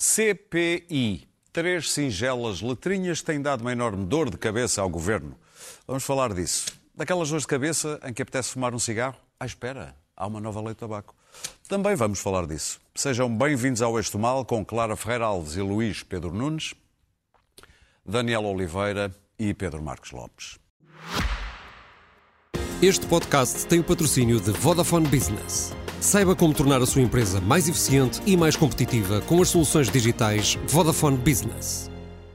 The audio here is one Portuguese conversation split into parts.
CPI. 3 singelas letrinhas têm dado uma enorme dor de cabeça ao Governo. Vamos falar disso. Daquelas dores de cabeça em que apetece fumar um cigarro? À espera, há uma nova lei de tabaco. Também vamos falar disso. Sejam bem-vindos ao Eixo do Mal com Clara Ferreira Alves e Luís Pedro Nunes, Daniel Oliveira e Pedro Marcos Lopes. Este podcast tem o patrocínio de Vodafone Business. Saiba como tornar a sua empresa mais eficiente e mais competitiva com as soluções digitais Vodafone Business.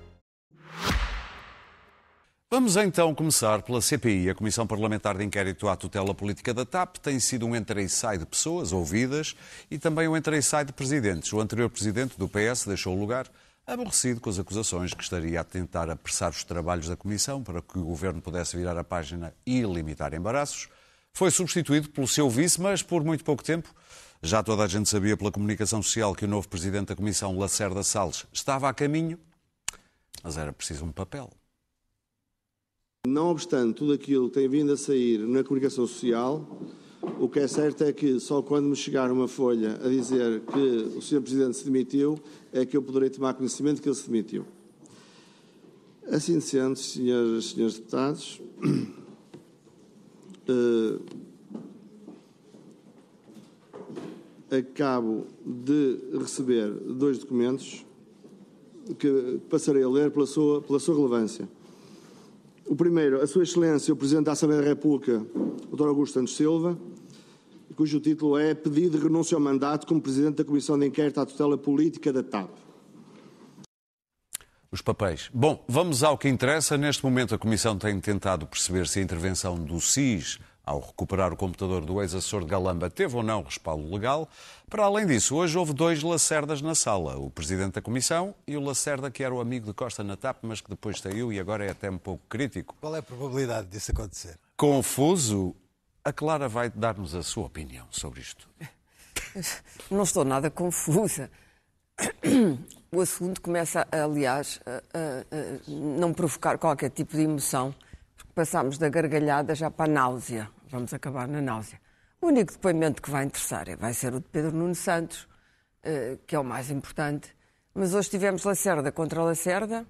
Vamos então começar pela CPI. A Comissão Parlamentar de Inquérito à Tutela Política da TAP tem sido um entra e sai de pessoas ouvidas e também um entra e sai de presidentes. O anterior presidente do PS deixou o lugar aborrecido com as acusações que estaria a tentar apressar os trabalhos da Comissão para que o Governo pudesse virar a página e limitar embaraços. Foi substituído pelo seu vice, mas por muito pouco tempo. Já toda a gente sabia pela comunicação social que o novo presidente da Comissão, Lacerda Salles, estava a caminho, mas era preciso um papel. Não obstante tudo aquilo que tem vindo a sair na comunicação social, o que é certo é que só quando me chegar uma folha a dizer que o Sr. Presidente se demitiu, é que eu poderei tomar conhecimento que ele se demitiu. Assim sendo, senhores e senhores deputados, acabo de receber 2 documentos que passarei a ler pela sua relevância. O primeiro, a Sua Excelência, o Presidente da Assembleia da República, Dr. Augusto Santos Silva, cujo título é Pedido de renúncia ao mandato como Presidente da Comissão de Inquérito à Tutela Política da TAP. Os papéis. Bom, vamos ao que interessa. Neste momento a Comissão tem tentado perceber se a intervenção do SIS ao recuperar o computador do ex-assessor de Galamba teve ou não respaldo legal. Para além disso, hoje houve 2 Lacerdas na sala. O Presidente da Comissão e o Lacerda, que era o amigo de Costa na TAP, mas que depois saiu e agora é até um pouco crítico. Qual é a probabilidade disso acontecer? Confuso. A Clara vai dar-nos a sua opinião sobre isto. Não estou nada confusa. O assunto começa, aliás, a não provocar qualquer tipo de emoção, porque passámos da gargalhada já para a náusea. Vamos acabar na náusea. O único depoimento que vai interessar vai ser o de Pedro Nuno Santos, que é o mais importante. Mas hoje tivemos Lacerda contra Lacerda.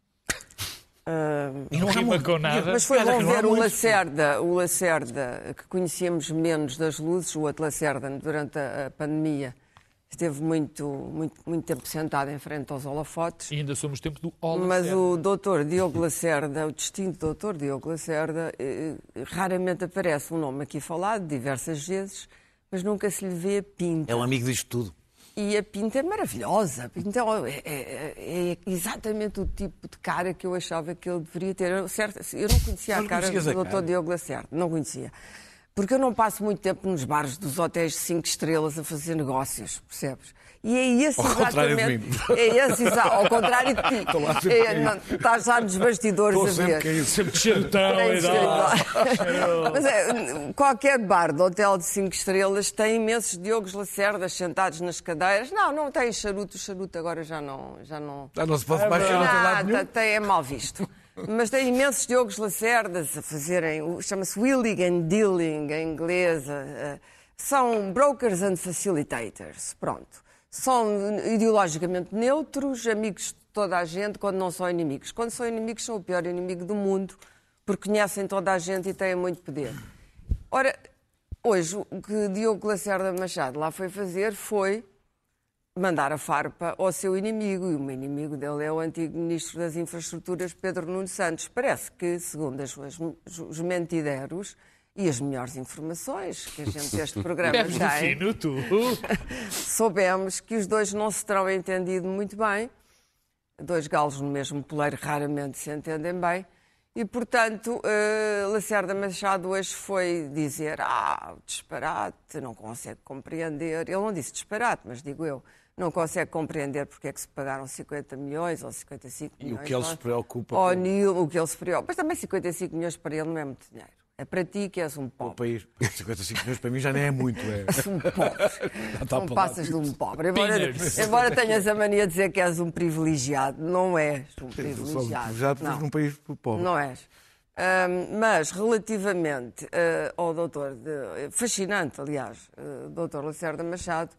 Não rima com nada. Mas foi bom ver o Lacerda, que conhecíamos menos das luzes, o outro Lacerda, durante a pandemia, esteve muito tempo sentado em frente aos holofotes. E ainda somos tempo do Lacerda. Mas o doutor Diogo Lacerda, o distinto doutor Diogo Lacerda, raramente aparece um nome aqui falado, diversas vezes, mas nunca se lhe vê a pinta. É um amigo disto tudo. E a pinta é maravilhosa. Então, é exatamente o tipo de cara que eu achava que ele deveria ter. Eu não conhecia a cara do Dr. Diogo Lacerda. Não conhecia. Porque eu não passo muito tempo nos bares dos hotéis de 5 estrelas a fazer negócios, percebes? E é esse exatamente... Ao contrário de ti. Estás já nos bastidores a ver. Sempre cheirotão. Mas qualquer bar de hotel de 5 estrelas tem imensos Diogos Lacerdas sentados nas cadeiras. Não tem charuto. O charuto agora já não se pode mais charuto em lado nenhum. É mal visto. Mas tem imensos Diogos Lacerdas a fazerem, chama-se Wheeling and Dealing, em inglês. São brokers and facilitators, pronto. São ideologicamente neutros, amigos de toda a gente, quando não são inimigos. Quando são inimigos, são o pior inimigo do mundo, porque conhecem toda a gente e têm muito poder. Ora, hoje, o que Diogo Lacerda Machado lá foi fazer foi mandar a farpa ao seu inimigo, e o inimigo dele é o antigo Ministro das Infraestruturas, Pedro Nuno Santos. Parece que, segundo os mentideros e as melhores informações que a gente deste programa tem, soubemos que os dois não se terão entendido muito bem. 2 galos no mesmo poleiro raramente se entendem bem. E, portanto, Lacerda Machado hoje foi dizer disparate, não consegue compreender. Ele não disse disparate, mas digo eu, não consegue compreender porque é que se pagaram 50 milhões ou 55 milhões. E o que ele se preocupa... O que ele se preocupa. Mas também 55 milhões para ele não é muito dinheiro. É para ti que és um pobre. O país, 55 milhões para mim já nem é muito. És um pobre. Não passas de um pobre. Embora tenhas a mania de dizer que és um privilegiado, não és um privilegiado. Já num país pobre. Não és. Mas, relativamente ao doutor, fascinante, aliás, doutor Lacerda Machado,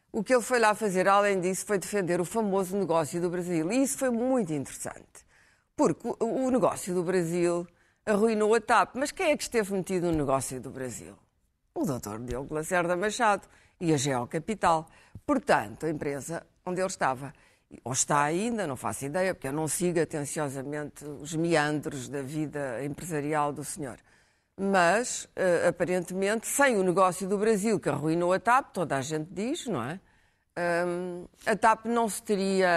O que ele foi lá fazer, além disso, foi defender o famoso negócio do Brasil. E isso foi muito interessante, porque o negócio do Brasil arruinou a TAP. Mas quem é que esteve metido no negócio do Brasil? O Dr. Diogo Lacerda Machado e a Geocapital. Portanto, a empresa onde ele estava, ou está ainda, não faço ideia, porque eu não sigo atenciosamente os meandros da vida empresarial do senhor. Mas, aparentemente, sem o negócio do Brasil, que arruinou a TAP, toda a gente diz, não é? A TAP não se teria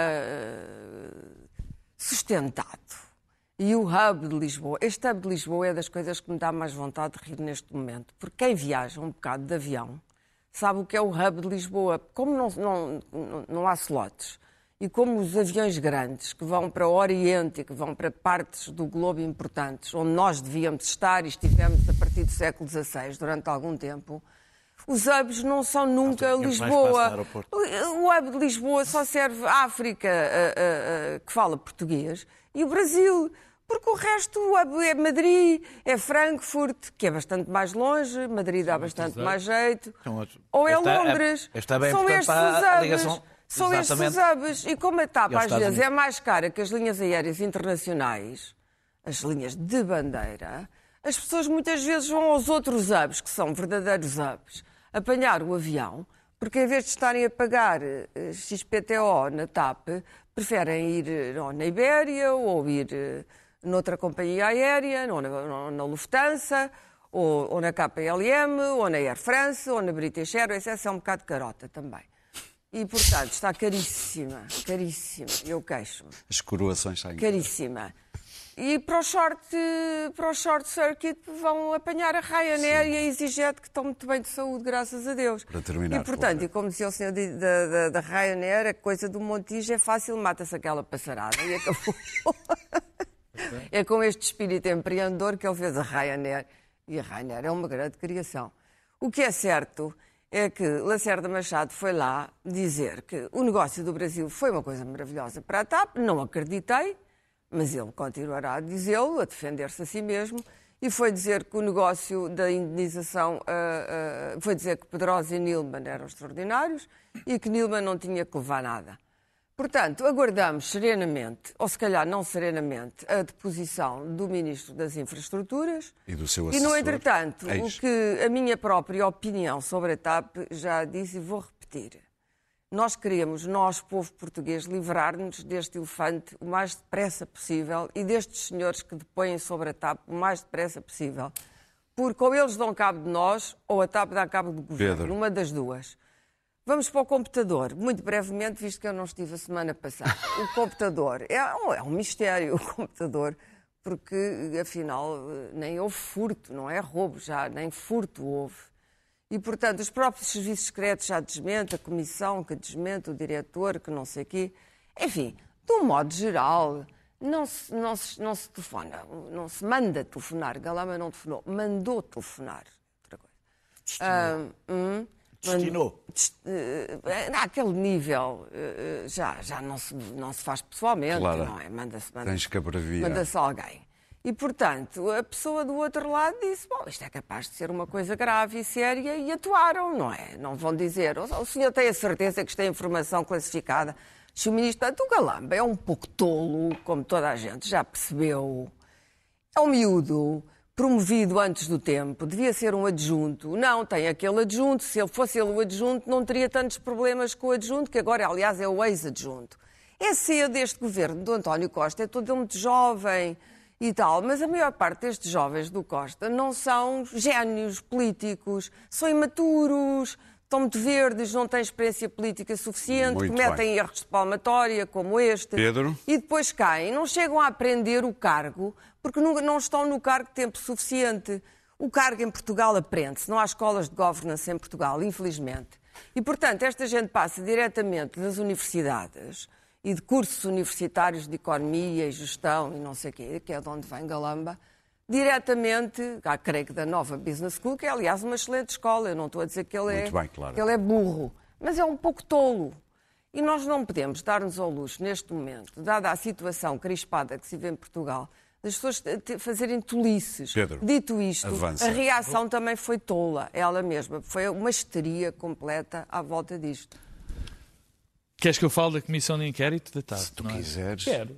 sustentado. E o hub de Lisboa, este hub de Lisboa é das coisas que me dá mais vontade de rir neste momento, porque quem viaja um bocado de avião sabe o que é o hub de Lisboa. Como não há slots, e como os aviões grandes que vão para o Oriente e que vão para partes do globo importantes, onde nós devíamos estar e estivemos a partir do século XVI durante algum tempo, os hubs não são nunca Lisboa. O hub de Lisboa só serve à África, que fala português, e o Brasil. Porque o resto, o hub é Madrid, é Frankfurt, que é bastante mais longe, Madrid dá bastante mais jeito, ou é Londres. São estes os hubs. São estes os hubs. E como a TAP às vezes é mais cara que as linhas aéreas internacionais, as linhas de bandeira, as pessoas muitas vezes vão aos outros hubs, que são verdadeiros hubs, apanhar o avião, porque em vez de estarem a pagar XPTO na TAP, preferem ir na Ibéria ou ir noutra companhia aérea, ou na Lufthansa, ou na KLM, ou na Air France, ou na British Airways. Essa é um bocado carota também. E, portanto, está caríssima, caríssima. Eu queixo-me. As coroações saem. Caríssima. E para o short circuit vão apanhar a Ryanair e a EasyJet, que estão muito bem de saúde, graças a Deus. Para terminar, e, portanto, e como dizia o senhor da Ryanair, a coisa do Montijo é fácil, mata-se aquela passarada e acabou. É com este espírito empreendedor que ele fez a Ryanair. E a Ryanair é uma grande criação. O que é certo é que Lacerda Machado foi lá dizer que o negócio do Brasil foi uma coisa maravilhosa para a TAP. Não acreditei, mas ele continuará a dizê-lo, a defender-se a si mesmo, e foi dizer que o negócio da indenização, foi dizer que Pedrosa e Nilman eram extraordinários e que Nilman não tinha que levar nada. Portanto, aguardamos serenamente, ou se calhar não serenamente, a deposição do Ministro das Infraestruturas. E do seu assessor. E, no entretanto, o que a minha própria opinião sobre a TAP já disse e vou repetir. Nós queremos, povo português, livrar-nos deste elefante o mais depressa possível e destes senhores que depõem sobre a TAP o mais depressa possível. Porque ou eles dão cabo de nós ou a TAP dá cabo do governo. Pedro. Uma das duas. Vamos para o computador, muito brevemente, visto que eu não estive a semana passada. O computador é um mistério, o computador, porque, afinal, nem houve furto, não é roubo já, nem furto houve. E, portanto, os próprios serviços secretos já desmentem, a comissão que desmente, o diretor, que não sei o quê. Enfim, de um modo geral, não se telefona, não se manda telefonar. Galamba não telefonou, mandou telefonar. Outra coisa. Destinou. Naquele nível já não se faz pessoalmente, Claro. não é? Tens que abreviar. Manda-se alguém. E, portanto, a pessoa do outro lado disse, bom, isto é capaz de ser uma coisa grave e séria, e atuaram, não é? Não vão dizer, o senhor tem a certeza que isto é informação classificada? Se o ministro, o Galamba é um pouco tolo, como toda a gente já percebeu, é um miúdo, promovido antes do tempo, devia ser um adjunto. Não, tem aquele adjunto. Se ele fosse o adjunto, não teria tantos problemas com o adjunto, que agora, aliás, é o ex-adjunto. É cedo deste governo do António Costa, é todo ele muito jovem e tal, mas a maior parte destes jovens do Costa não são génios políticos, são imaturos, estão muito verdes, não têm experiência política suficiente, Muito cometem bem. erros de palmatória, como este. Pedro? E depois caem, não chegam a aprender o cargo, porque não estão no cargo tempo suficiente. O cargo em Portugal aprende-se, não há escolas de governance em Portugal, infelizmente. E, portanto, esta gente passa diretamente das universidades e de cursos universitários de economia e gestão e não sei o quê, que é de onde vem Galamba, diretamente, creio que da nova Business School, que é, aliás, uma excelente escola. Eu não estou a dizer que ele, Muito bem, claro. que ele é burro, mas é um pouco tolo. E nós não podemos dar-nos ao luxo, neste momento, dada a situação crispada que se vê em Portugal, das pessoas fazerem tolices. Pedro, Dito isto, avança. a reação também foi tola, ela mesma. Foi uma histeria completa à volta disto. Queres que eu fale da Comissão de Inquérito da TAP? Se tu quiseres. Quero.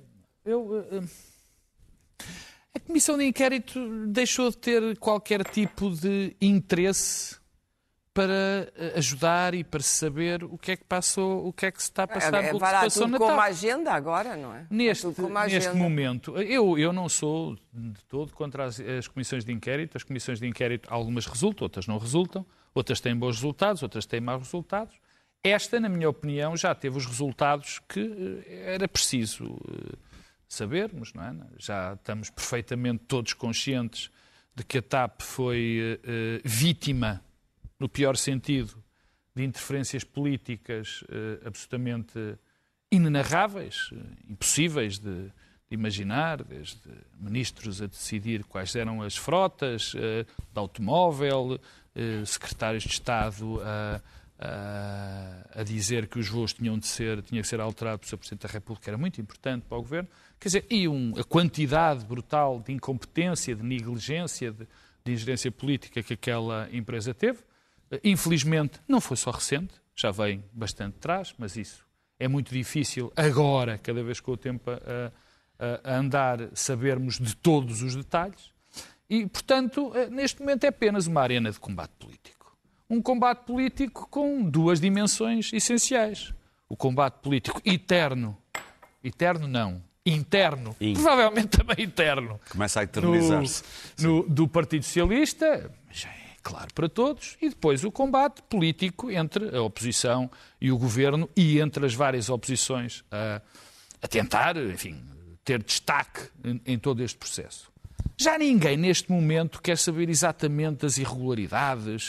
A Comissão de Inquérito deixou de ter qualquer tipo de interesse para ajudar e para saber o que é que passou, o que é que se está a passar pela situação na TAP. Como agenda agora, não é? Neste momento, eu não sou de todo contra as comissões de inquérito. As comissões de inquérito, algumas resultam, outras não resultam, outras têm bons resultados, outras têm maus resultados. Esta, na minha opinião, já teve os resultados que era preciso sabermos, não é? Já estamos perfeitamente todos conscientes de que a TAP foi vítima, no pior sentido, de interferências políticas absolutamente inenarráveis, impossíveis de imaginar, desde ministros a decidir quais eram as frotas de automóvel, secretários de Estado a dizer que os voos tinha que ser alterado pelo Sr. Presidente da República, era muito importante para o Governo. Quer dizer, e a quantidade brutal de incompetência, de negligência, de ingerência política que aquela empresa teve. Infelizmente, não foi só recente, já vem bastante atrás, mas isso é muito difícil agora, cada vez com o tempo a andar, sabermos de todos os detalhes. E, portanto, neste momento é apenas uma arena de combate político. Um combate político com duas dimensões essenciais. O combate político interno não, interno, provavelmente também interno. Começa a eternizar-se. Do Partido Socialista, já é claro para todos, e depois o combate político entre a oposição e o governo e entre as várias oposições a tentar, enfim, ter destaque em todo este processo. Já ninguém, neste momento, quer saber exatamente das irregularidades,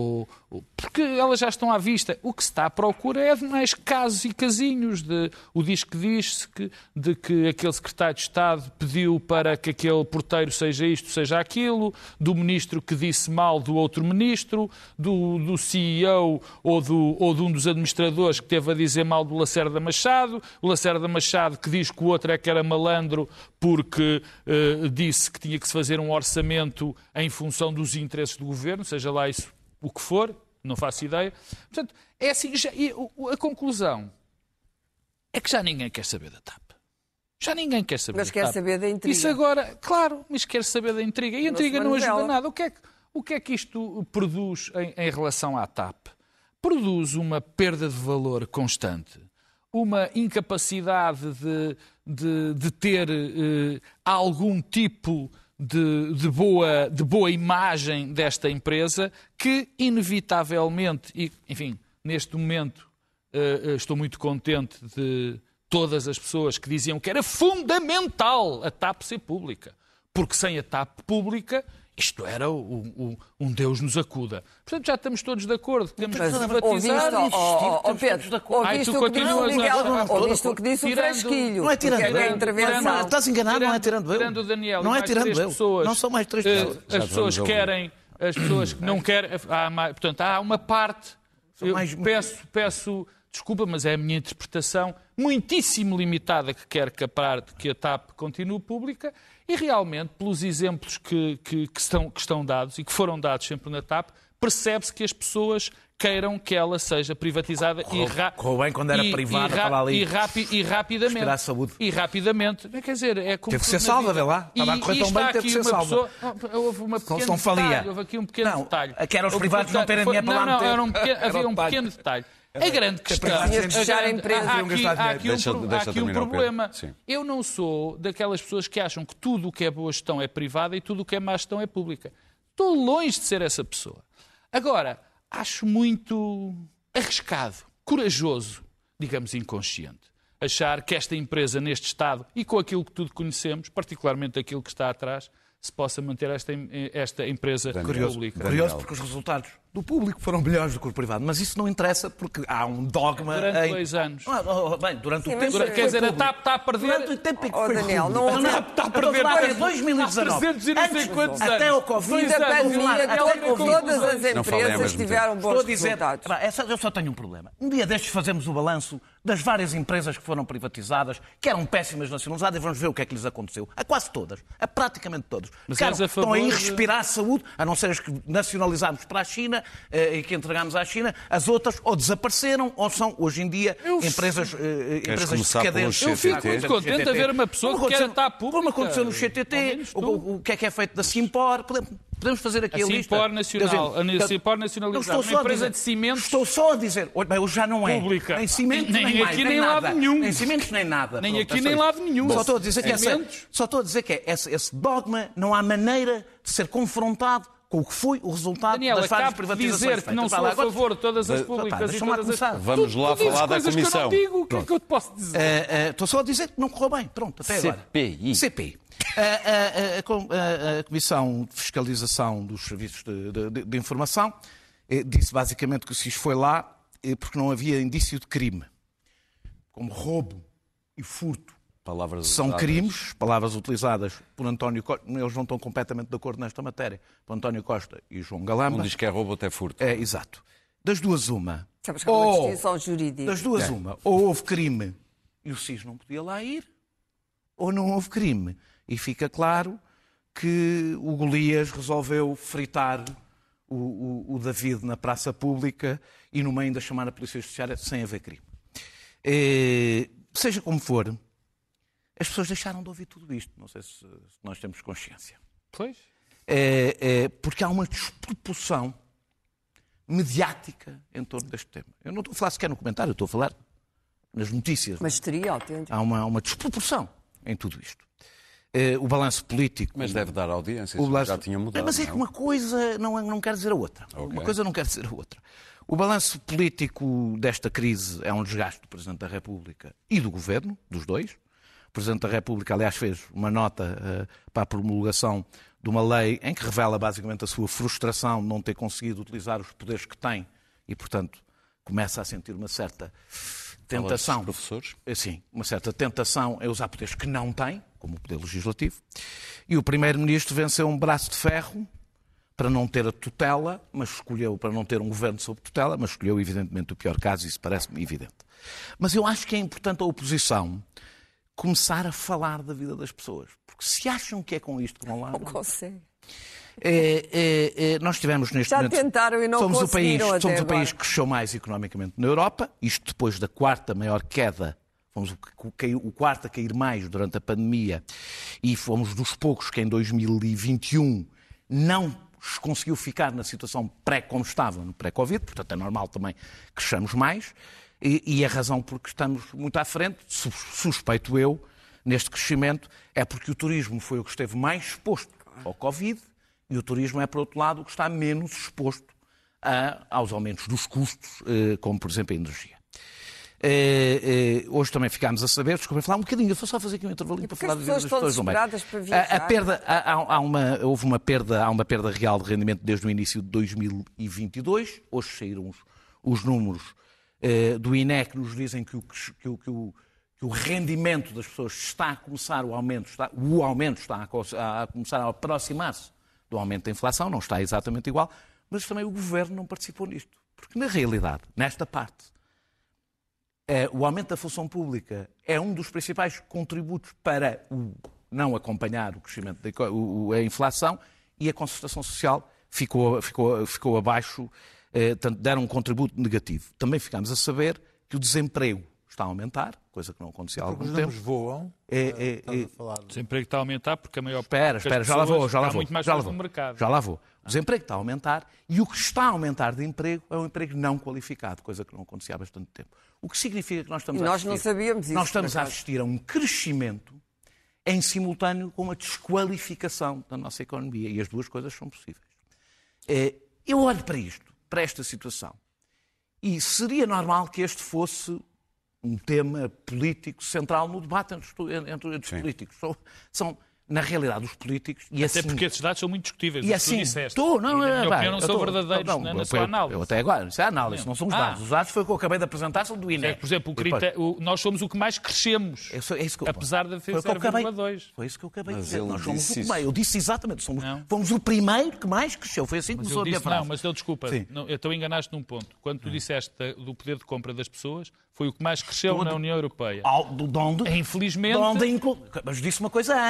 porque elas já estão à vista. O que se está à procura é de mais casos e casinhos. O diz-se de que aquele secretário de Estado pediu para que aquele porteiro seja isto, seja aquilo, do ministro que disse mal do outro ministro, do CEO ou de um dos administradores que teve a dizer mal do Lacerda Machado, o Lacerda Machado que diz que o outro é que era malandro porque disse que tinha que se fazer um orçamento em função dos interesses do governo, seja lá isso o que for, não faço ideia. Portanto, é assim, a conclusão é que já ninguém quer saber da TAP. Já ninguém quer saber da TAP. Mas quer saber da intriga. Isso agora, claro, mas quer saber da intriga. E a intriga não ajuda nada. O que é que isto produz em relação à TAP? Produz uma perda de valor constante, uma incapacidade de ter algum tipo de boa imagem desta empresa que, inevitavelmente, e, enfim, neste momento estou muito contente de todas as pessoas que diziam que era fundamental a TAP ser pública, porque sem a TAP pública isto era um Deus nos acuda. Portanto, já estamos todos de acordo. Temos de privatizar. Pedro, ouviste o que disse o Fresquilho. Não é tirando eu. Estás enganado, não é tirando eu. Tirando o Daniel. Não é tirando eu. Não são mais 3 pessoas. As pessoas querem, as pessoas que não querem. Portanto, há uma parte. Eu peço desculpa, mas é a minha interpretação muitíssimo limitada que quer que a TAP continue pública. E realmente, pelos exemplos que estão dados e que foram dados sempre na TAP, percebe-se que as pessoas queiram que ela seja privatizada correu bem quando era privada, estava ali. E rapidamente. A saúde. E rapidamente. Quer dizer, é como. Teve que ser salva, vê lá. Estava a correr tão bem, teve que ser salva. Houve uma pequena detalhe. Houve aqui um pequeno detalhe. Que eram os privados não terem dinheiro para lá meter. Havia um pequeno detalhe. A grande questão. Há aqui um problema. Eu não sou daquelas pessoas que acham que tudo o que é boa gestão é privada e tudo o que é má gestão é pública. Estou longe de ser essa pessoa. Agora, acho muito arriscado, corajoso, digamos inconsciente, achar que esta empresa neste estado e com aquilo que tudo conhecemos, particularmente aquilo que está atrás, se possa manter esta empresa pública. Curioso, porque os resultados do público foram melhores do que o privado, mas isso não interessa porque há um dogma... Durante 2 anos. Durante o tempo... Quer dizer, a TAP está a perder... Durante o tempo em que foi Daniel, está a perder até 2019. 300 e não sei quantos anos. Até o Covid. Todas as empresas tiveram bons resultados. Eu só tenho um problema. Um dia destes fazemos o balanço das várias empresas que foram privatizadas, que eram péssimas nacionalizadas, e vamos ver o que é que lhes aconteceu. A quase todas. A praticamente todas. Estão a ir respirar a saúde, a não ser as que nacionalizámos para a China, China e que entregámos à China, as outras ou desapareceram ou são, hoje em dia, empresas decadentes. Eu fico muito contente a ver uma pessoa que quer estar pública. Como aconteceu no CTT, o que é feito da Simpor, podemos fazer aqui a lista. A Simpor nacionalizada, uma empresa de cimentos. Estou só a dizer, hoje já não é. Pública. Nem cimentos, nem aqui, nem lado nenhum. Nem cimentos, nem nada. Nem aqui, nem lado nenhum. Só estou a dizer que esse dogma não há maneira de ser confrontado com o que foi o resultado das várias privatizações. Dizer que não sou a favor de todas as públicas e todas as... Vamos lá falar da Comissão. Que eu não digo, o que é que eu te posso dizer? Estou só a dizer que não correu bem. Pronto, até agora. CPI. A Comissão de Fiscalização dos Serviços de Informação disse basicamente que o SIS foi lá porque não havia indício de crime, como roubo e furto. São crimes, palavras utilizadas por António Costa, eles não estão completamente de acordo nesta matéria, por António Costa e João Galamba. Um diz que é roubo, outro é furto. Exato. Das duas, uma. Sabes que há uma distinção jurídica. Das duas, uma. Ou houve crime e o SIS não podia lá ir, ou não houve crime. E fica claro que o Golias resolveu fritar o David na praça pública e no meio ainda chamar a Polícia Judiciária sem haver crime. Seja como for, as pessoas deixaram de ouvir tudo isto. Não sei se nós temos consciência. Pois. Porque há uma desproporção mediática em torno deste tema. Eu não estou a falar sequer no comentário, eu estou a falar nas notícias. Mas teria autêntico. Há uma desproporção em tudo isto. O balanço político... Mas deve dar audiência, já tinha mudado. Mas é que uma coisa não quer dizer a outra. Okay. Uma coisa não quer dizer a outra. O balanço político desta crise é um desgaste do Presidente da República e do Governo, dos dois. O Presidente da República, aliás, fez uma nota para a promulgação de uma lei em que revela basicamente a sua frustração de não ter conseguido utilizar os poderes que tem e, portanto, começa a sentir uma certa tentação. Professores? Sim, uma certa tentação em usar poderes que não tem, como o poder legislativo. E o Primeiro-Ministro venceu um braço de ferro para não ter a tutela, mas escolheu, para não ter um governo sob tutela, mas escolheu, evidentemente, o pior caso, isso parece-me evidente. Mas eu acho que é importante a oposição começar a falar da vida das pessoas. Porque se acham que é com isto que vão lá... Não consegue. Nós tivemos neste Já momento... Já tentaram e não conseguiram até Somos o país agora. que cresceu mais economicamente na Europa, isto depois da quarta maior queda, fomos o quarto a cair mais durante a pandemia, e fomos dos poucos que em 2021 não conseguiu ficar na situação como estava no pré-Covid, portanto é normal também que cresçamos mais, e a razão por que estamos muito à frente, suspeito eu, neste crescimento, é porque o turismo foi o que esteve mais exposto ao Covid e o turismo é, por outro lado, o que está menos exposto aos aumentos dos custos, como, por exemplo, a energia. Hoje também ficámos a saber, desculpem falar um bocadinho, eu vou só fazer aqui um intervalinho para falar das pessoas do meio. Houve uma perda real de rendimento desde o início de 2022, hoje saíram os números do INE que nos dizem que o rendimento das pessoas está a começar, o aumento está a começar a aproximar-se do aumento da inflação, não está exatamente igual, mas também o Governo não participou nisto. Porque, na realidade, nesta parte, o aumento da função pública é um dos principais contributos para não acompanhar o crescimento da inflação e a concertação social ficou abaixo, deram um contributo negativo. Também ficámos a saber que o desemprego está a aumentar, coisa que não acontecia há algum tempo. Os números voam. O desemprego está a aumentar porque a maior parte das já lá vou. muito mais no mercado. Já lá vou. O desemprego está a aumentar e o que está a aumentar de emprego é um emprego não qualificado, coisa que não acontecia há bastante tempo. O que significa que nós estamos a assistir... Nós não sabíamos isso. Nós estamos a assistir a um crescimento em simultâneo com a desqualificação da nossa economia e as duas coisas são possíveis. Eu olho para isto, para esta situação, e seria normal que este fosse um tema político central no debate entre os políticos. Na realidade, os políticos... Até assim, porque esses dados são muito discutíveis. E assim, na minha opinião, não são verdadeiros na sua análise. Eu até agora, isso é análise, não são os dados. Os dados foi o que eu acabei de apresentar, são do INE. Por exemplo, nós somos o que mais crescemos, apesar de ter 0,2. Foi isso que eu acabei de dizer. Nós somos o que mais. Eu disse exatamente, fomos o primeiro que mais cresceu. Foi assim que começou a minha frase. Não, mas desculpa, então enganaste num ponto. Quando tu disseste do poder de compra das pessoas, foi o que mais cresceu na União Europeia. De onde? Infelizmente... Mas disse uma coisa antes.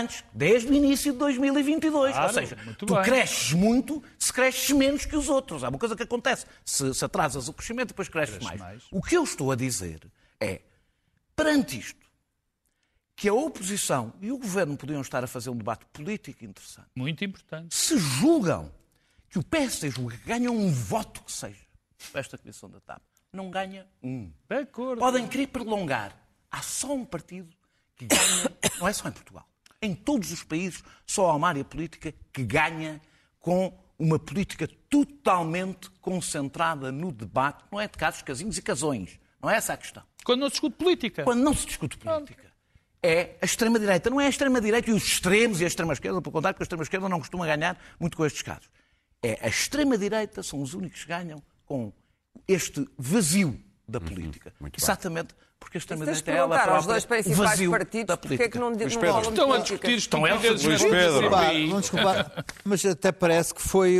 desde o início de 2022. Claro, Ou seja, muito tu bem. cresces muito se cresces menos que os outros. Há uma coisa que acontece. Se atrasas o crescimento, depois cresces mais. O que eu estou a dizer é, perante isto, que a oposição e o governo podiam estar a fazer um debate político interessante. Muito importante. Se julgam que o PSD julga que ganha um voto que seja para esta comissão da TAP, não ganha um. De acordo. Podem querer prolongar. Há só um partido que ganha, não é só em Portugal. Em todos os países só há uma área política que ganha com uma política totalmente concentrada no debate. Não é de casos, casinhos e casões. Não é essa a questão. Quando não se discute política. Quando não se discute política, é a extrema-direita. Não é a extrema-direita e os extremos e a extrema-esquerda, pelo contrário, porque a extrema-esquerda não costuma ganhar muito com estes casos. É a extrema-direita, são os únicos que ganham com este vazio da política. Exatamente porque a extrema-direita é ela perguntar aos própria dois o principais vazio partidos da porque é política. que não falam de Estão a política. discutir Estão eles. estupidezes Luís na Pedro. CPI. Vamos desculpar, mas até parece que foi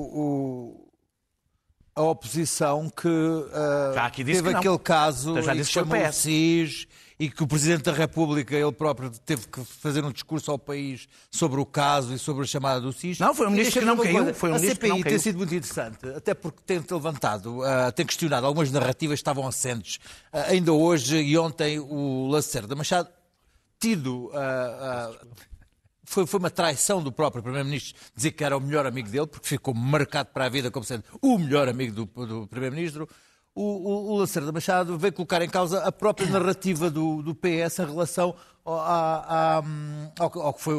a oposição que Já aqui disse teve que não. aquele caso Já e que disse que foi o chamou o PS. SIS e que o Presidente da República, ele próprio, teve que fazer um discurso ao país sobre o caso e sobre a chamada do SIS. Não, foi um ministro E que não deixa-me dizer uma caiu, coisa, foi um a ministro que CPI não tem caiu. sido muito interessante, até porque tem levantado, tem questionado algumas narrativas que estavam assentes. Ainda hoje e ontem o Lacerda Machado tido... Foi uma traição do próprio Primeiro-Ministro dizer que era o melhor amigo dele, porque ficou marcado para a vida como sendo o melhor amigo do Primeiro-Ministro. O Lacerda Machado veio colocar em causa a própria narrativa do PS em relação ao que foi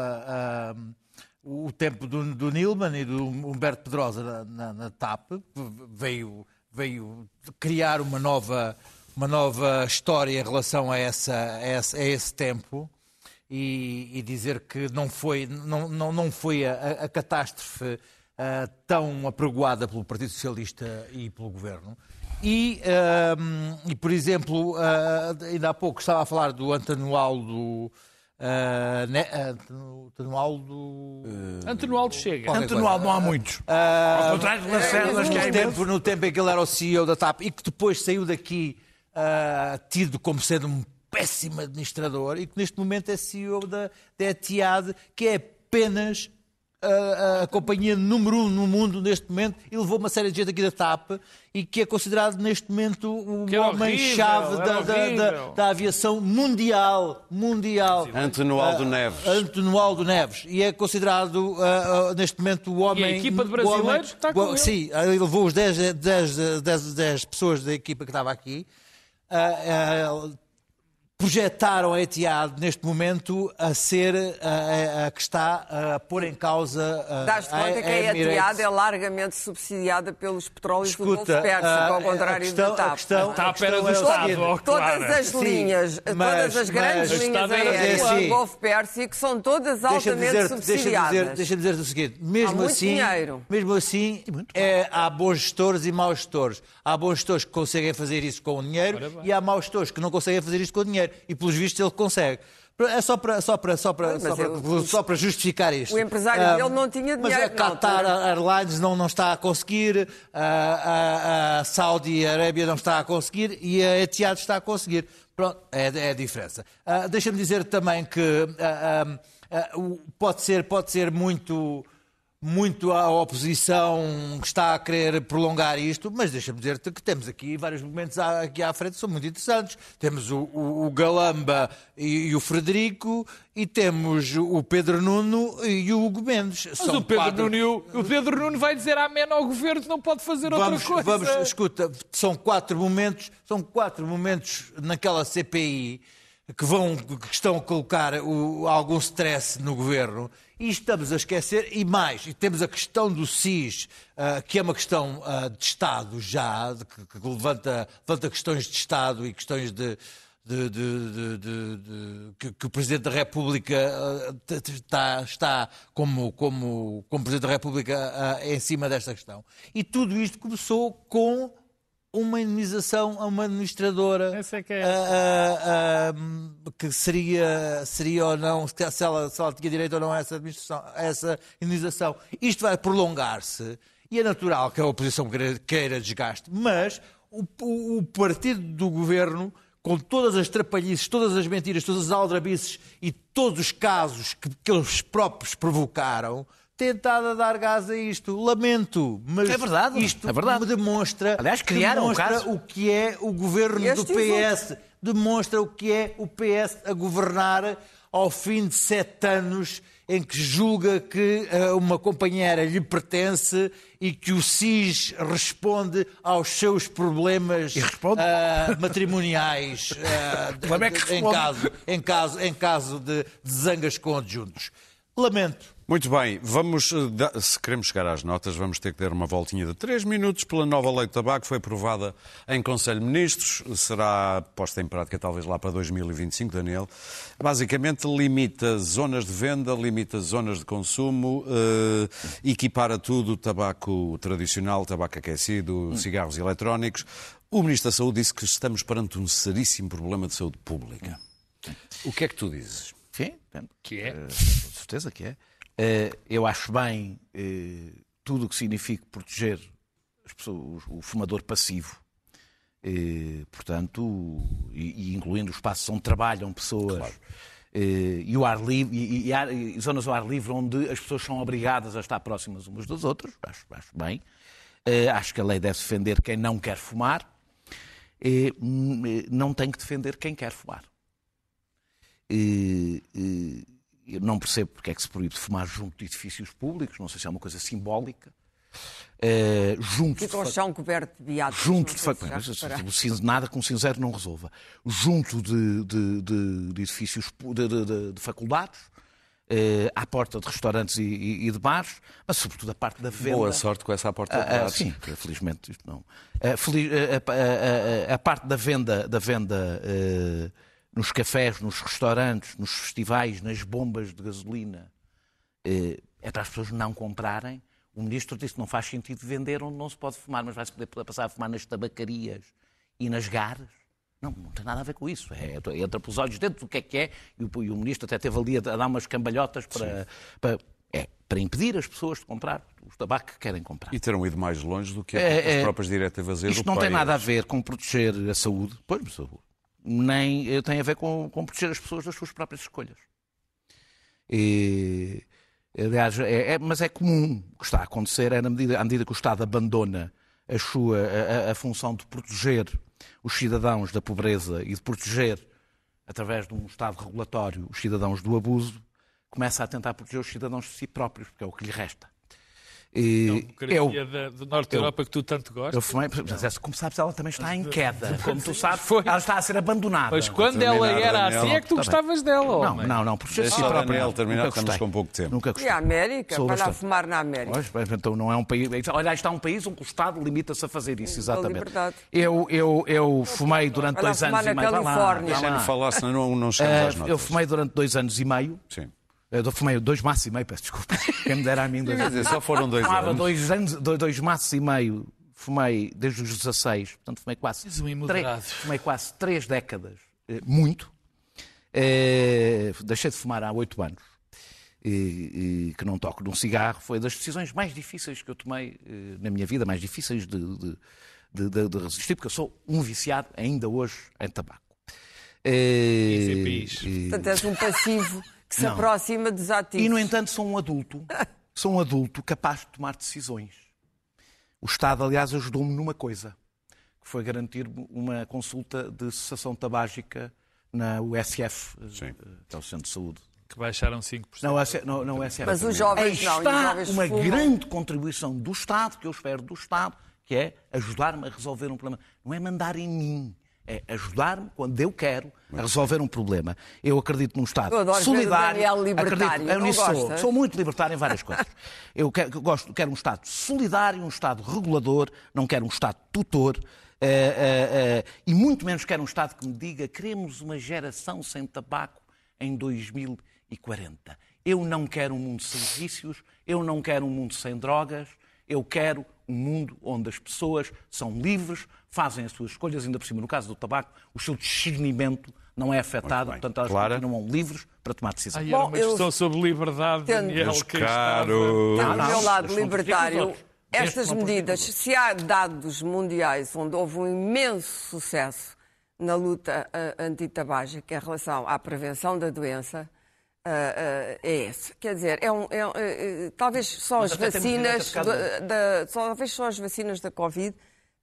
o tempo do Nilman e do Humberto Pedrosa na TAP. Veio criar uma nova história em relação a esse tempo. E dizer que não foi a catástrofe tão apregoada pelo Partido Socialista e pelo Governo. E por exemplo, ainda há pouco estava a falar do António Aldo... António Aldo chega. António Aldo não há muitos. Ao contrário de Lacerda, que há imensos. No tempo em que ele era o CEO da TAP e que depois saiu daqui tido como sendo um péssimo administrador e que neste momento é CEO da Etihad, que é apenas a companhia número 1 no mundo neste momento, e levou uma série de gente aqui da TAP e que é considerado neste momento o homem-chave da aviação mundial. António Aldo Neves. António Aldo Neves. E é considerado neste momento o homem... E a equipa de brasileiros está com ele. Sim, ele levou os 10 pessoas da equipa que estava aqui. Projetaram a Etihad neste momento a ser a que está a pôr em causa Dás-te conta que a Etihad é largamente subsidiada pelos petróleos do Golfo Pérsico, ao contrário da TAP. A TAP era do Estado. Todas as linhas, todas as grandes linhas aéreas do Golfo Pérsico são todas altamente subsidiadas. Deixa-me dizer o seguinte, Há muito dinheiro. mesmo assim há bons gestores e maus gestores. Há bons gestores que conseguem fazer isso com o dinheiro e há maus gestores que não conseguem fazer isso com o dinheiro. E, pelos vistos, ele consegue. É só para justificar isto. O empresário dele não tinha dinheiro. Mas a Qatar Airlines não está a conseguir, a Saudi Arábia não está a conseguir e a Etihad está a conseguir. Pronto, é a diferença. Deixa-me dizer também que pode ser muito a oposição que está a querer prolongar isto, mas deixa-me dizer-te que temos aqui vários momentos aqui à frente que são muito interessantes. Temos o Galamba e o Frederico e temos o Pedro Nuno e o Hugo Mendes. Mas o Pedro Nuno vai dizer amém ao governo que não pode fazer outra coisa. Escuta, são quatro momentos naquela CPI que estão a colocar algum stress no governo. E estamos a esquecer, e temos a questão do SIS, que é uma questão de Estado já, que levanta questões de Estado e questões que o Presidente da República está como Presidente da República em cima desta questão. E tudo isto começou com uma indemnização a uma administradora que seria ou não, se ela tinha direito ou não a essa indemnização. Isto vai prolongar-se e é natural que a oposição queira desgaste, mas o partido do governo com todas as trapalhices, todas as mentiras, todas as aldrabices e todos os casos que eles próprios provocaram, tentado a dar gás a isto. Lamento, mas é verdade, isto é verdade. demonstra, Aliás, criaram o que é o governo do PS. Demonstra o que é o PS a governar ao fim de 7 anos em que julga que uma companheira lhe pertence e que o SIS responde aos seus problemas matrimoniais em caso de zangas com adjuntos. Lamento. Muito bem, se queremos chegar às notas, vamos ter que dar uma voltinha de 3 minutos pela nova lei do tabaco. Foi aprovada em Conselho de Ministros, será posta em prática talvez lá para 2025, Daniel. Basicamente limita zonas de venda, limita zonas de consumo, equipara tudo, tabaco tradicional, tabaco aquecido, cigarros eletrónicos. O Ministro da Saúde disse que estamos perante um seríssimo problema de saúde pública. O que é que tu dizes? Sim, que é? Com certeza que é. Eu acho bem tudo o que signifique proteger as pessoas, o fumador passivo, portanto, e incluindo os espaços onde trabalham pessoas, claro. E o ar livre, e zonas ao ar livre onde as pessoas são obrigadas a estar próximas umas das outras, acho bem. Acho que a lei deve defender quem não quer fumar, não tem que defender quem quer fumar. Eu não percebo porque é que se proíbe fumar junto de edifícios públicos, não sei se é uma coisa simbólica. Fica o chão coberto de beatos. Nada com cinzeiro não resolva. Junto de edifícios de faculdades, à porta de restaurantes e de bares, mas sobretudo a parte da venda. Boa sorte com essa porta de bares. Sim, felizmente isto não. A parte da venda nos cafés, nos restaurantes, nos festivais, nas bombas de gasolina, é para as pessoas não comprarem. O Ministro disse que não faz sentido vender onde não se pode fumar, mas vai-se poder passar a fumar nas tabacarias e nas gares. Não tem nada a ver com isso. Entra pelos olhos dentro do que é, e o Ministro até teve ali a dar umas cambalhotas para impedir as pessoas de comprar o tabaco que querem comprar. E terão ido mais longe do que as próprias diretivas europeias. Isto não tem nada a ver com proteger a saúde, nem tem a ver com proteger as pessoas das suas próprias escolhas. Aliás, mas é comum. O que está a acontecer é, à medida que o Estado abandona a função de proteger os cidadãos da pobreza e de proteger, através de um Estado regulatório, os cidadãos do abuso, começa a tentar proteger os cidadãos de si próprios, porque é o que lhe resta. A democracia do Norte da Europa que tu tanto gostas. Mas como sabes, ela também está em queda. Como tu sabes, ela está a ser abandonada. Mas quando ela era assim é que tu gostavas dela. Não, porque deixa a Daniel terminar, estamos com pouco tempo. Nunca gostei. E a América? Para lá fumar na América. Pois, então não é um país... Olha, está um país onde o Estado limita-se a fazer isso, exatamente. Eu fumei durante 2 anos e meio. Deixa-me falar, senão não chegamos às notas. Eu fumei durante 2 anos e meio. Sim. Eu fumei 2 maços e meio, peço desculpa. Quem me dera a mim 2 anos. Só foram 2 anos. 2 maços e meio. Fumei desde os 16, portanto fumei quase 3 décadas. Muito. Deixei de fumar há 8 anos. Que não toco num cigarro. Foi das decisões mais difíceis que eu tomei na minha vida, mais difíceis de resistir, porque eu sou um viciado ainda hoje em tabaco. Portanto, és um passivo que se aproxima dos ativos. E, no entanto, sou um adulto capaz de tomar decisões. O Estado, aliás, ajudou-me numa coisa, que foi garantir-me uma consulta de cessação tabágica na USF, que é o Centro de Saúde. Que baixaram 5%. Não, USF. Mas os jovens não. Está uma grande contribuição do Estado, que eu espero do Estado, que é ajudar-me a resolver um problema. Não é mandar em mim. É ajudar-me, quando eu quero, a resolver um problema. Eu acredito num Estado solidário. Sou muito libertário em várias coisas. Eu quero um Estado solidário, um Estado regulador, não quero um Estado tutor, e muito menos quero um Estado que me diga queremos uma geração sem tabaco em 2040. Eu não quero um mundo sem vícios, eu não quero um mundo sem drogas, eu quero um mundo onde as pessoas são livres, fazem as suas escolhas, ainda por cima, no caso do tabaco, o seu discernimento não é afetado, portanto elas continuam livres para tomar decisões. Era uma questão sobre liberdade, Daniel, que do meu lado libertário, estas medidas, se há dados mundiais onde houve um imenso sucesso na luta antitabágica em relação à prevenção da doença é esse. Quer dizer, talvez só as vacinas da Covid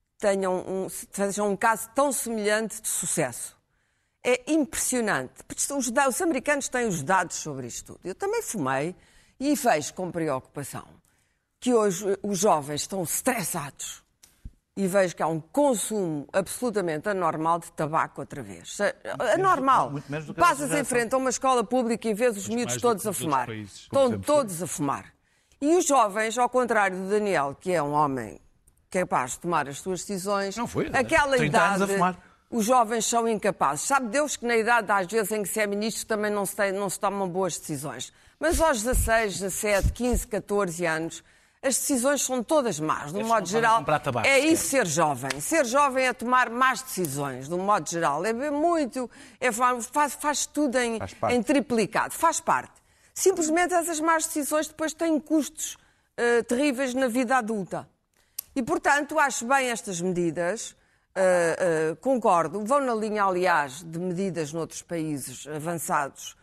sejam um caso tão semelhante de sucesso. É impressionante. Os americanos têm os dados sobre isto tudo. Eu também fumei e vejo com preocupação que hoje os jovens estão estressados e vejo que há um consumo absolutamente anormal de tabaco outra vez. Anormal. Passas em frente a uma escola pública e vês os miúdos todos a fumar. Estão todos a fumar. E os jovens, ao contrário do Daniel, que é um homem capaz de tomar as suas decisões, aquela idade, os jovens são incapazes. Sabe Deus que na idade, às vezes, em que se é ministro, também não se tomam boas decisões. Mas aos 16, 17, 15, 14 anos, as decisões são todas más, de um modo geral. É isso ser jovem. Ser jovem é tomar más decisões, de um modo geral. É muito. Faz tudo em triplicado. Faz parte. Simplesmente essas más decisões depois têm custos terríveis na vida adulta. E, portanto, acho bem estas medidas. Concordo. Vão na linha, aliás, de medidas noutros países avançados.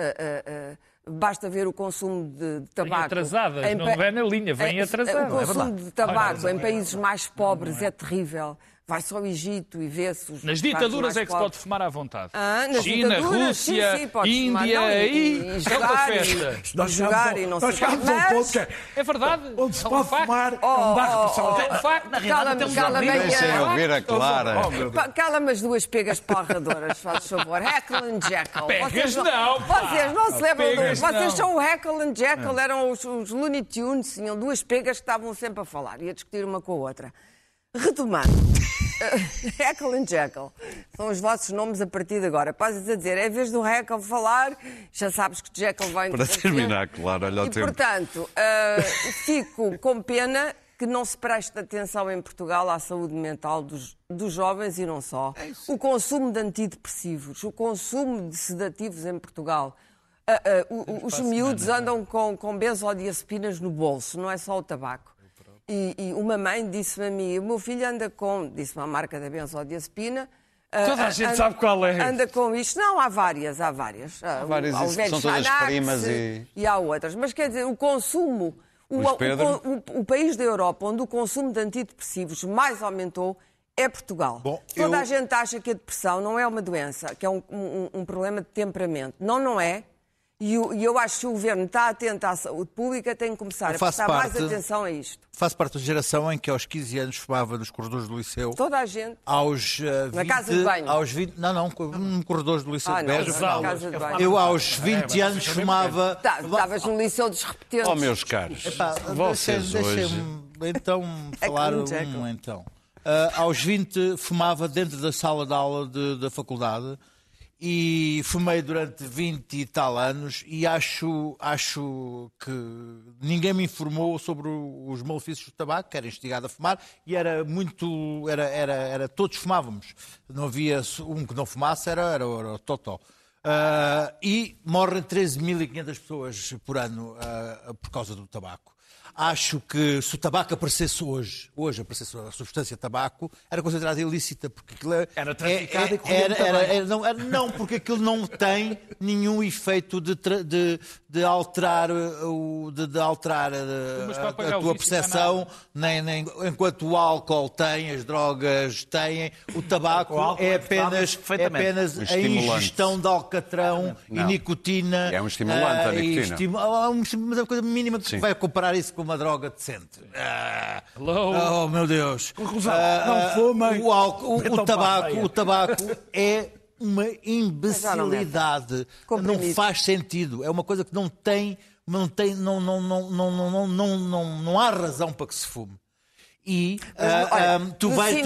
Basta ver o consumo de tabaco. Vem atrasadas, não vem na linha, vem atrasada. O consumo de tabaco em países mais pobres é terrível. Vai-se ao Egito e vê-se os... Nas ditaduras é que se pode fumar à vontade. China, Rússia, Índia, e jogar e não sei o que. Mas... É verdade. Onde se pode fumar, não dá repressão. Deixem eu ver a Clara. Cala-me as duas pegas palradoras, faz favor. Heckle and Jekyll. Pegas não, Vocês não se lembram de... Vocês são o Heckle and Jekyll, eram os Looney Tunes, tinham duas pegas que estavam sempre a falar e a discutir uma com a outra. Retomando, Heckle and Jekyll são os vossos nomes a partir de agora. Podes dizer, em vez do Heckle falar, já sabes que Jekyll vai... Para terminar, claro, olha o tempo. E, portanto, fico com pena que não se preste atenção em Portugal à saúde mental dos jovens e não só. O consumo de antidepressivos, o consumo de sedativos em Portugal. Os miúdos andam com benzodiazepinas no bolso, não é só o tabaco. E uma mãe disse-me a mim, o meu filho anda com, disse-me a marca da benzodiazepina. Toda a gente sabe qual é. Anda com isto. Não, há várias. Há várias são todas primas e há outras. Mas quer dizer, o consumo, o país da Europa onde o consumo de antidepressivos mais aumentou é Portugal. Toda a gente acha que a depressão não é uma doença, que é um problema de temperamento. Não é. E eu acho que o Governo está atento à saúde pública, tem que começar a prestar mais atenção a isto. Faço parte da geração em que aos 15 anos fumava nos corredores do liceu. Toda a gente. Aos 20, na casa de banho. Aos 20, não, corredores do liceu de Beja. Na casa de banho. Eu aos 20 anos fumava... Estavas num liceu dos repetentes. Oh, meus caros, vocês hoje... Então, falar então. Aos 20 fumava dentro da sala de aula da faculdade. E fumei durante 20 e tal anos e acho que ninguém me informou sobre os malefícios do tabaco, que era instigado a fumar, e todos fumávamos. Não havia um que não fumasse, era o totó. E morrem 13.500 pessoas por ano por causa do tabaco. Acho que se o tabaco aparecesse hoje aparecesse a substância tabaco, era considerada ilícita, porque aquilo era traficado e corria não, porque aquilo não tem nenhum efeito de alterar a tua percepção, nem enquanto o álcool tem, as drogas têm, o tabaco é apenas a ingestão de alcatrão e nicotina. É um estimulante a nicotina. Mas é uma coisa mínima que vai comparar isso com uma droga decente. Oh, meu Deus. Conclusão, não fumem. O tabaco é uma imbecilidade. Não faz sentido. É uma coisa que não há razão para que se fume. E tu vais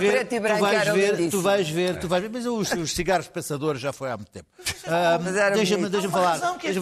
ver, mas os cigarros pensadores já foi há muito tempo. Deixa-me falar.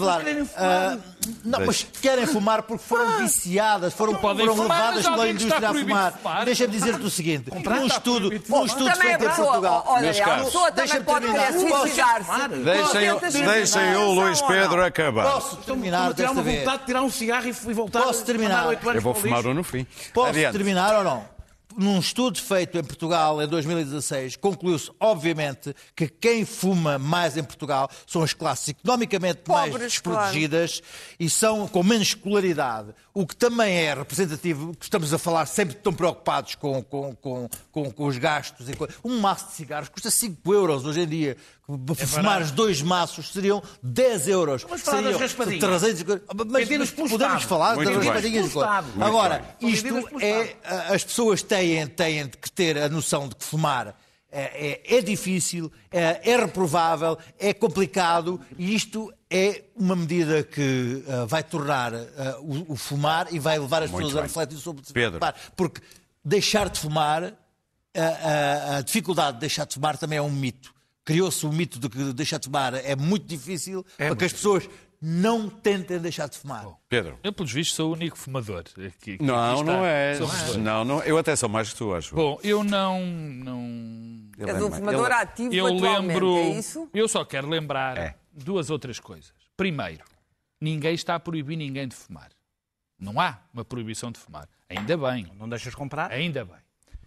Não, mas querem fumar porque foram viciadas, foram levadas pela indústria a fumar. Deixa-me dizer-te o seguinte: num estudo feito em Portugal. Olha, a pessoa também pode querer suicidar-se. Deixem o Luís Pedro acabar. Posso terminar desta vez? Vontade de tirar um cigarro e voltar. Posso terminar? Eu vou fumar um no fim. Posso terminar ou não? num estudo feito em Portugal em 2016, concluiu-se, obviamente, que quem fuma mais em Portugal são as classes economicamente mais desprotegidas e são com menos escolaridade. O que também é representativo, que estamos a falar sempre tão preocupados com os gastos. Um maço de cigarros custa 5 euros hoje em dia. Para fumares 2 maços seriam 10 euros. Vamos falar das raspadinhas. 300... Mas podemos falar das raspadinhas. Agora, isto é... As pessoas têm que ter a noção de que fumar é difícil, é reprovável, é complicado e isto é uma medida que vai tornar o fumar e vai levar as pessoas a refletir sobre fumar. Porque deixar de fumar, a dificuldade de deixar de fumar também é um mito. Criou-se o mito de que deixar de fumar é muito difícil para que as pessoas não tentem deixar de fumar. Pedro. Eu, pelos vistos, sou o único fumador. Não é. Não, eu até sou mais que tu, acho. Bom, eu não... És um fumador ativo eu atualmente, lembro, é isso? Eu só quero lembrar 2 outras coisas. Primeiro, ninguém está a proibir ninguém de fumar. Não há uma proibição de fumar. Ainda bem. Não deixas comprar? Ainda bem.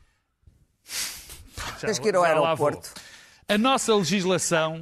Tens que ir ao aeroporto. A nossa legislação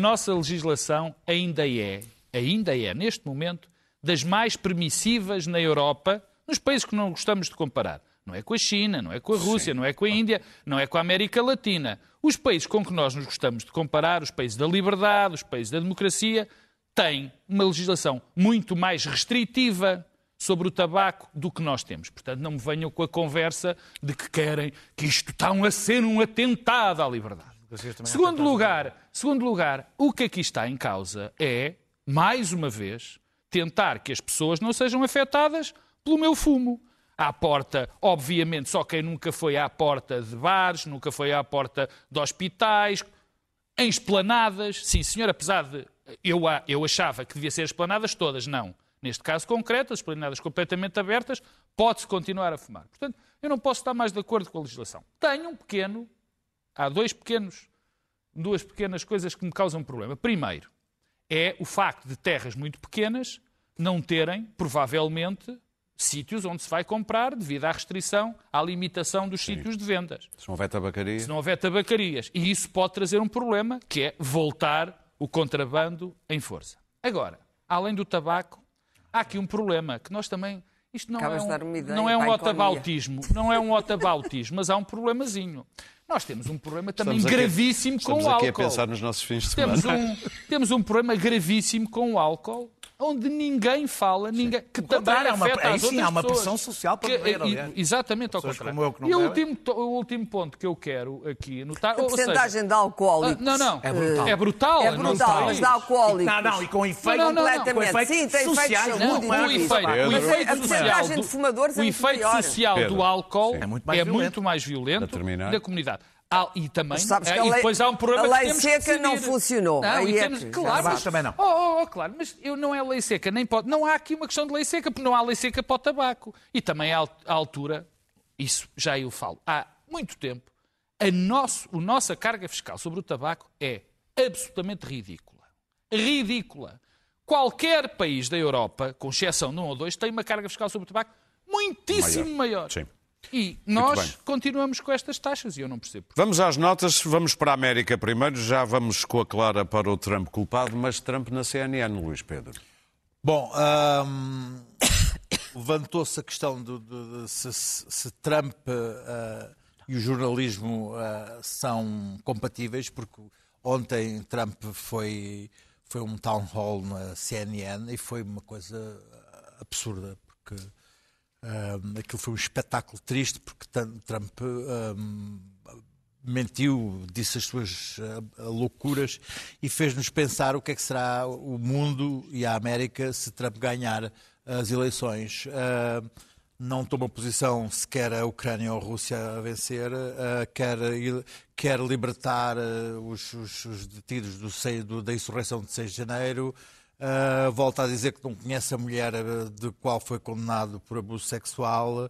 ainda é, neste momento, das mais permissivas na Europa, nos países que não gostamos de comparar. Não é com a China, não é com a Rússia, não é com a Índia, não é com a América Latina. Os países com que nós nos gostamos de comparar, os países da liberdade, os países da democracia, têm uma legislação muito mais restritiva sobre o tabaco do que nós temos. Portanto, não me venham com a conversa de que querem que isto está a ser um atentado à liberdade. Segundo lugar, o que aqui está em causa é, mais uma vez, tentar que as pessoas não sejam afetadas pelo meu fumo. À porta, obviamente, só quem nunca foi à porta de bares, nunca foi à porta de hospitais, em esplanadas. Sim, senhor, apesar de... Eu achava que devia ser esplanadas todas, não. Neste caso concreto, as esplanadas completamente abertas, pode-se continuar a fumar. Portanto, eu não posso estar mais de acordo com a legislação. Há duas pequenas coisas que me causam problema. Primeiro, é o facto de terras muito pequenas não terem, provavelmente, sítios onde se vai comprar devido à restrição, à limitação dos sítios de vendas. Se não houver tabacarias. E isso pode trazer um problema, que é voltar o contrabando em força. Agora, além do tabaco, há aqui um problema que nós também... Isto não é um otabautismo, mas há um problemazinho. Nós temos um problema também gravíssimo com o álcool. Estamos aqui a pensar nos nossos fins de semana. Temos um problema gravíssimo com o álcool, onde ninguém fala, que também afeta as outras pessoas. Há uma pressão social para beber, aliás. Exatamente ao contrário. E o último ponto que eu quero aqui notar... A porcentagem de alcoólicos. Não. É brutal. É brutal, mas de alcoólicos. Não, e com efeitos... Completamente. Sim, tem efeitos muito maiores. A porcentagem de fumadores é muito maior. O efeito social do álcool é muito mais violento na comunidade. E também, e depois há um problema a lei seca não funcionou. Claro, também não. Claro, mas não é lei seca, nem pode. Não há aqui uma questão de lei seca, porque não há lei seca para o tabaco. E também à altura, isso já eu falo, há muito tempo, a nossa carga fiscal sobre o tabaco é absolutamente ridícula. Ridícula. Qualquer país da Europa, com exceção de 1 ou 2, tem uma carga fiscal sobre o tabaco muitíssimo maior. Sim. E nós continuamos com estas taxas e eu não percebo. Vamos às notas, vamos para a América primeiro, já vamos com a Clara para o Trump culpado, mas Trump na CNN, Luís Pedro. Bom, levantou-se a questão de se Trump e o jornalismo são compatíveis, porque ontem Trump foi um town hall na CNN e foi uma coisa absurda, porque... aquilo foi um espetáculo triste porque Trump mentiu, disse as suas loucuras e fez-nos pensar o que é que será o mundo e a América se Trump ganhar as eleições. Não toma posição se quer a Ucrânia ou a Rússia a vencer, quer libertar os detidos da insurreição de 6 de janeiro, volta a dizer que não conhece a mulher de qual foi condenado por abuso sexual,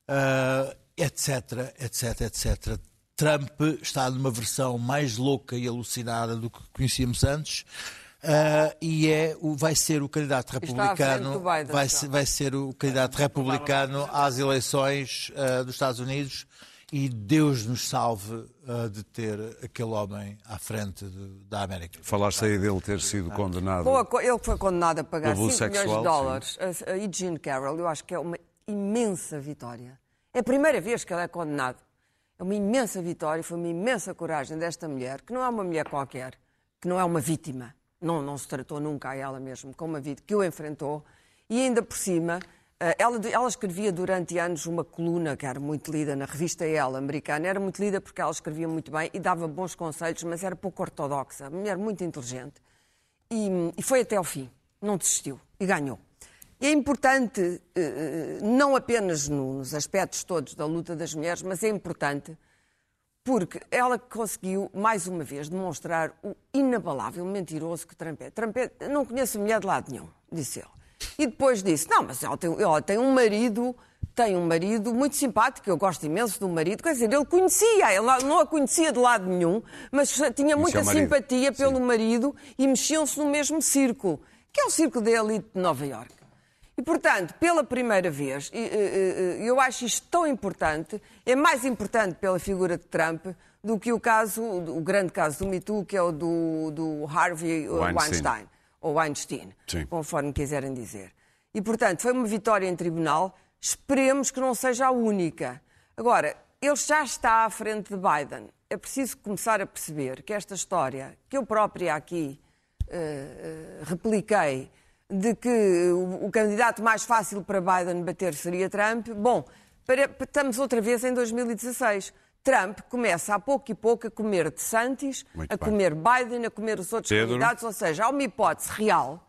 etc, etc, etc. Trump está numa versão mais louca e alucinada do que conhecíamos antes, e vai ser o candidato republicano, vai ser o candidato republicano às eleições dos Estados Unidos, e Deus nos salve de ter aquele homem à frente da América. Falaste aí dele ter sido condenado. Ele foi condenado a pagar Abuso 5 milhões de sexual, dólares a Eugene Carroll. Eu acho que é uma imensa vitória. É a primeira vez que ele é condenado. É uma imensa vitória, foi uma imensa coragem desta mulher, que não é uma mulher qualquer, que não é uma vítima. Não se tratou nunca a ela mesma como uma vítima, que o enfrentou. E ainda por cima, ela escrevia durante anos uma coluna que era muito lida na revista Elle americana. Era muito lida porque ela escrevia muito bem e dava bons conselhos, mas era pouco ortodoxa. Uma mulher muito inteligente. E foi até ao fim. Não desistiu. E ganhou. E é importante, não apenas nos aspectos todos da luta das mulheres, mas é importante porque ela conseguiu, mais uma vez, demonstrar o inabalável mentiroso que Trump é. Trump não conheço a mulher de lado nenhum, disse ele. E depois disse, não, mas ela tem um marido muito simpático, eu gosto imenso do marido. Quer dizer, ele conhecia, ele não a conhecia de lado nenhum, mas tinha muita simpatia pelo marido e mexiam-se no mesmo círculo, que é o círculo da elite de Nova Iorque. E, portanto, pela primeira vez, eu acho isto tão importante, é mais importante pela figura de Trump do que o grande caso do Me Too, que é o do Harvey Weinstein. Ou Weinstein, sim, conforme quiserem dizer. E, portanto, foi uma vitória em tribunal. Esperemos que não seja a única. Agora, ele já está à frente de Biden. É preciso começar a perceber que esta história, que eu própria aqui repliquei, de que o candidato mais fácil para Biden bater seria Trump, bom, estamos outra vez em 2016. Trump começa a pouco e pouco a comer DeSantis, comer Biden, a comer os outros candidatos, ou seja, há uma hipótese real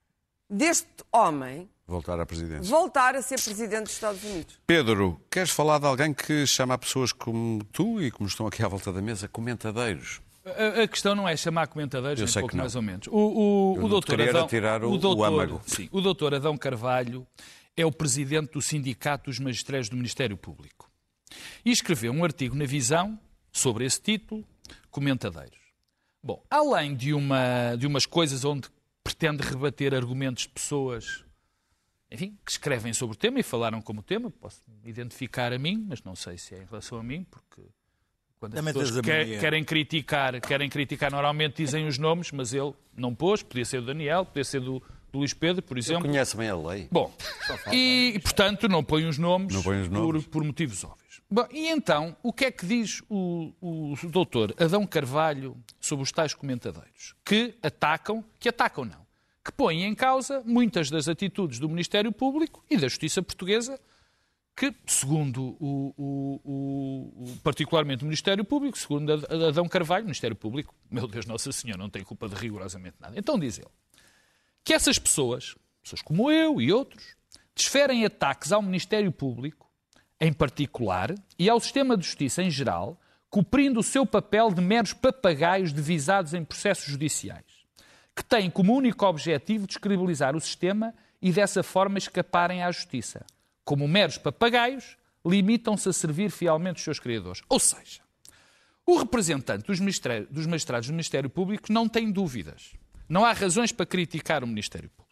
deste homem voltar à presidência, voltar a ser presidente dos Estados Unidos. Pedro, queres falar de alguém que chama a pessoas como tu e como estão aqui à volta da mesa comentadeiros? A questão não é chamar comentadores, nem pouco mais ou menos. O doutor Adão, tirar o âmago. Sim, o doutor Adão Carvalho é o presidente do Sindicato dos Magistérios do Ministério Público. E escreveu um artigo na Visão sobre esse título, Comentadeiros. Bom, além de umas coisas onde pretende rebater argumentos de pessoas, enfim, que escrevem sobre o tema e falaram como tema, posso identificar a mim, mas não sei se é em relação a mim, porque quando as pessoas querem criticar, normalmente dizem os nomes, mas ele não pôs, podia ser o Daniel, podia ser do Luís Pedro, por exemplo. Ele conhece bem a lei. Bom, e portanto não põe os nomes, por motivos óbvios. Bom, e então, o que é que diz o doutor Adão Carvalho sobre os tais comentadeiros? Que atacam não, que põem em causa muitas das atitudes do Ministério Público e da Justiça Portuguesa, que, segundo particularmente o Ministério Público, segundo Adão Carvalho, o Ministério Público, meu Deus, Nossa Senhora, não tem culpa de rigorosamente nada. Então diz ele que essas pessoas como eu e outros, desferem ataques ao Ministério Público, em particular, e ao sistema de justiça em geral, cumprindo o seu papel de meros papagaios divisados em processos judiciais, que têm como único objetivo descredibilizar o sistema e dessa forma escaparem à justiça. Como meros papagaios, limitam-se a servir fielmente os seus criadores. Ou seja, o representante dos magistrados do Ministério Público não tem dúvidas. Não há razões para criticar o Ministério Público.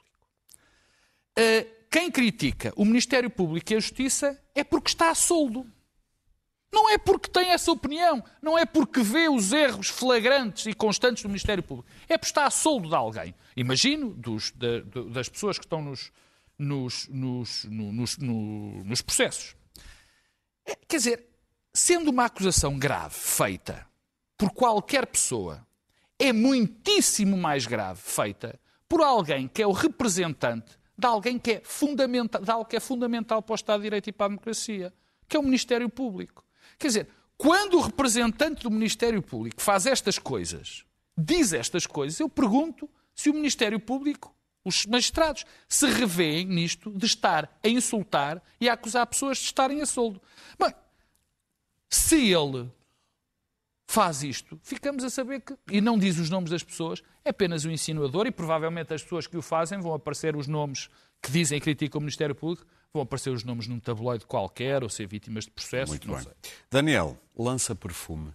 Quem critica o Ministério Público e a Justiça é porque está a soldo. Não é porque tem essa opinião, não é porque vê os erros flagrantes e constantes do Ministério Público. É porque está a soldo de alguém. Imagino, das pessoas que estão nos processos. Quer dizer, sendo uma acusação grave feita por qualquer pessoa, é muitíssimo mais grave feita por alguém que é o representante de alguém que é fundamental, de algo que é fundamental para o Estado de Direito e para a democracia, que é o Ministério Público. Quer dizer, quando o representante do Ministério Público faz estas coisas, diz estas coisas, eu pergunto se o Ministério Público, os magistrados, se revêem nisto de estar a insultar e a acusar pessoas de estarem a soldo. Bem, se ele faz isto, ficamos a saber que, e não diz os nomes das pessoas, é apenas um insinuador e provavelmente as pessoas que o fazem vão aparecer os nomes que dizem e criticam o Ministério Público, vão aparecer os nomes num tabloide qualquer ou ser vítimas de processo. Muito bem. Sei. Daniel, lança perfume.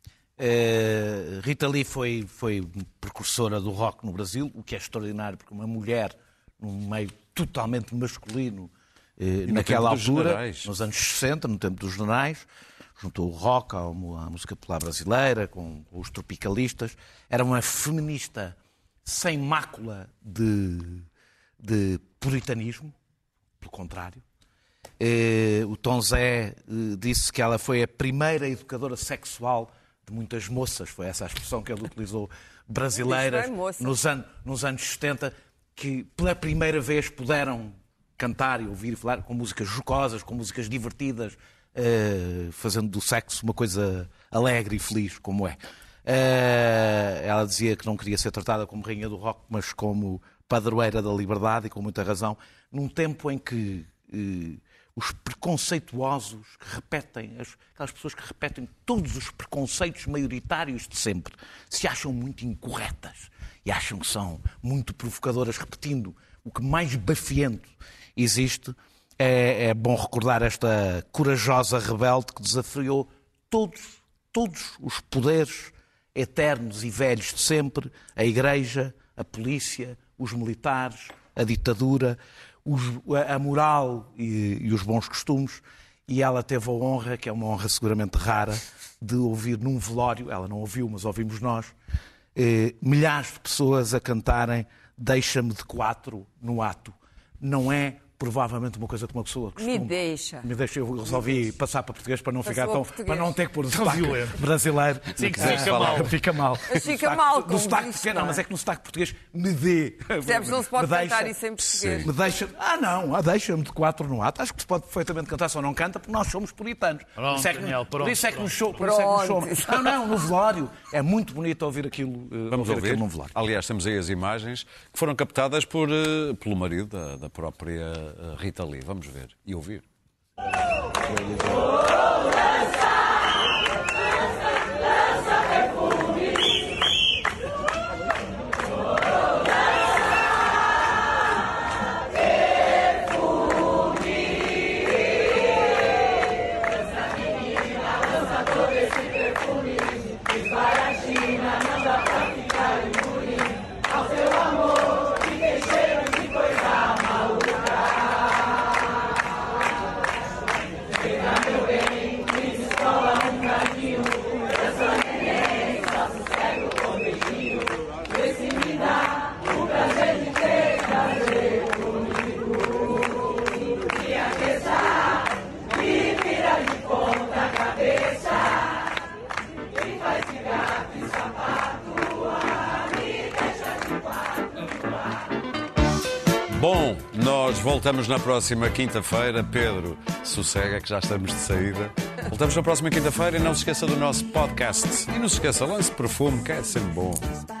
Rita Lee foi precursora do rock no Brasil, o que é extraordinário, porque uma mulher num meio totalmente masculino naquela altura, nos anos 60, no tempo dos generais, juntou o rock à música popular brasileira, com os tropicalistas. Era uma feminista sem mácula de puritanismo, pelo contrário. O Tom Zé disse que ela foi a primeira educadora sexual de muitas moças, foi essa a expressão que ele utilizou, brasileiras, nos anos 70, que pela primeira vez puderam cantar e ouvir e falar com músicas jocosas, com músicas divertidas, fazendo do sexo uma coisa alegre e feliz, como é. Ela dizia que não queria ser tratada como rainha do rock, mas como padroeira da liberdade, e com muita razão, num tempo em que os preconceituosos que repetem, aquelas pessoas que repetem todos os preconceitos maioritários de sempre, se acham muito incorretas e acham que são muito provocadoras, repetindo o que mais bafiento existe. É bom recordar esta corajosa rebelde que desafiou todos os poderes eternos e velhos de sempre, a Igreja, a polícia, os militares, a ditadura, a moral e os bons costumes, e ela teve a honra, que é uma honra seguramente rara, de ouvir num velório, ela não ouviu, mas ouvimos nós, milhares de pessoas a cantarem Deixa-me de Quatro no ato. Não é provavelmente uma coisa que uma pessoa costuma... Me deixa, eu resolvi passar para português para não ficar tão... para não ter que pôr o sotaque brasileiro. Sim, que fica mal. Fica mal. Mas fica mal, como sotaque, não, mas é que no sotaque português me dê. Percebes, não se pode cantar isso em português. Me deixa... deixa-me de quatro no ato. Acho que se pode perfeitamente cantar, só não canta, porque nós somos puritanos. Pronto, Daniel, por isso é que nos show... Não, no velório. É muito bonito ouvir aquilo. Vamos ouvir aquilo num velório. Aliás, temos aí as imagens que foram captadas pelo marido da própria Rita Lee. Vamos ver e ouvir. Bom, nós voltamos na próxima quinta-feira. Pedro, sossega que já estamos de saída. Voltamos na próxima quinta-feira e não se esqueça do nosso podcast. E não se esqueça, lance perfume, que é sempre bom.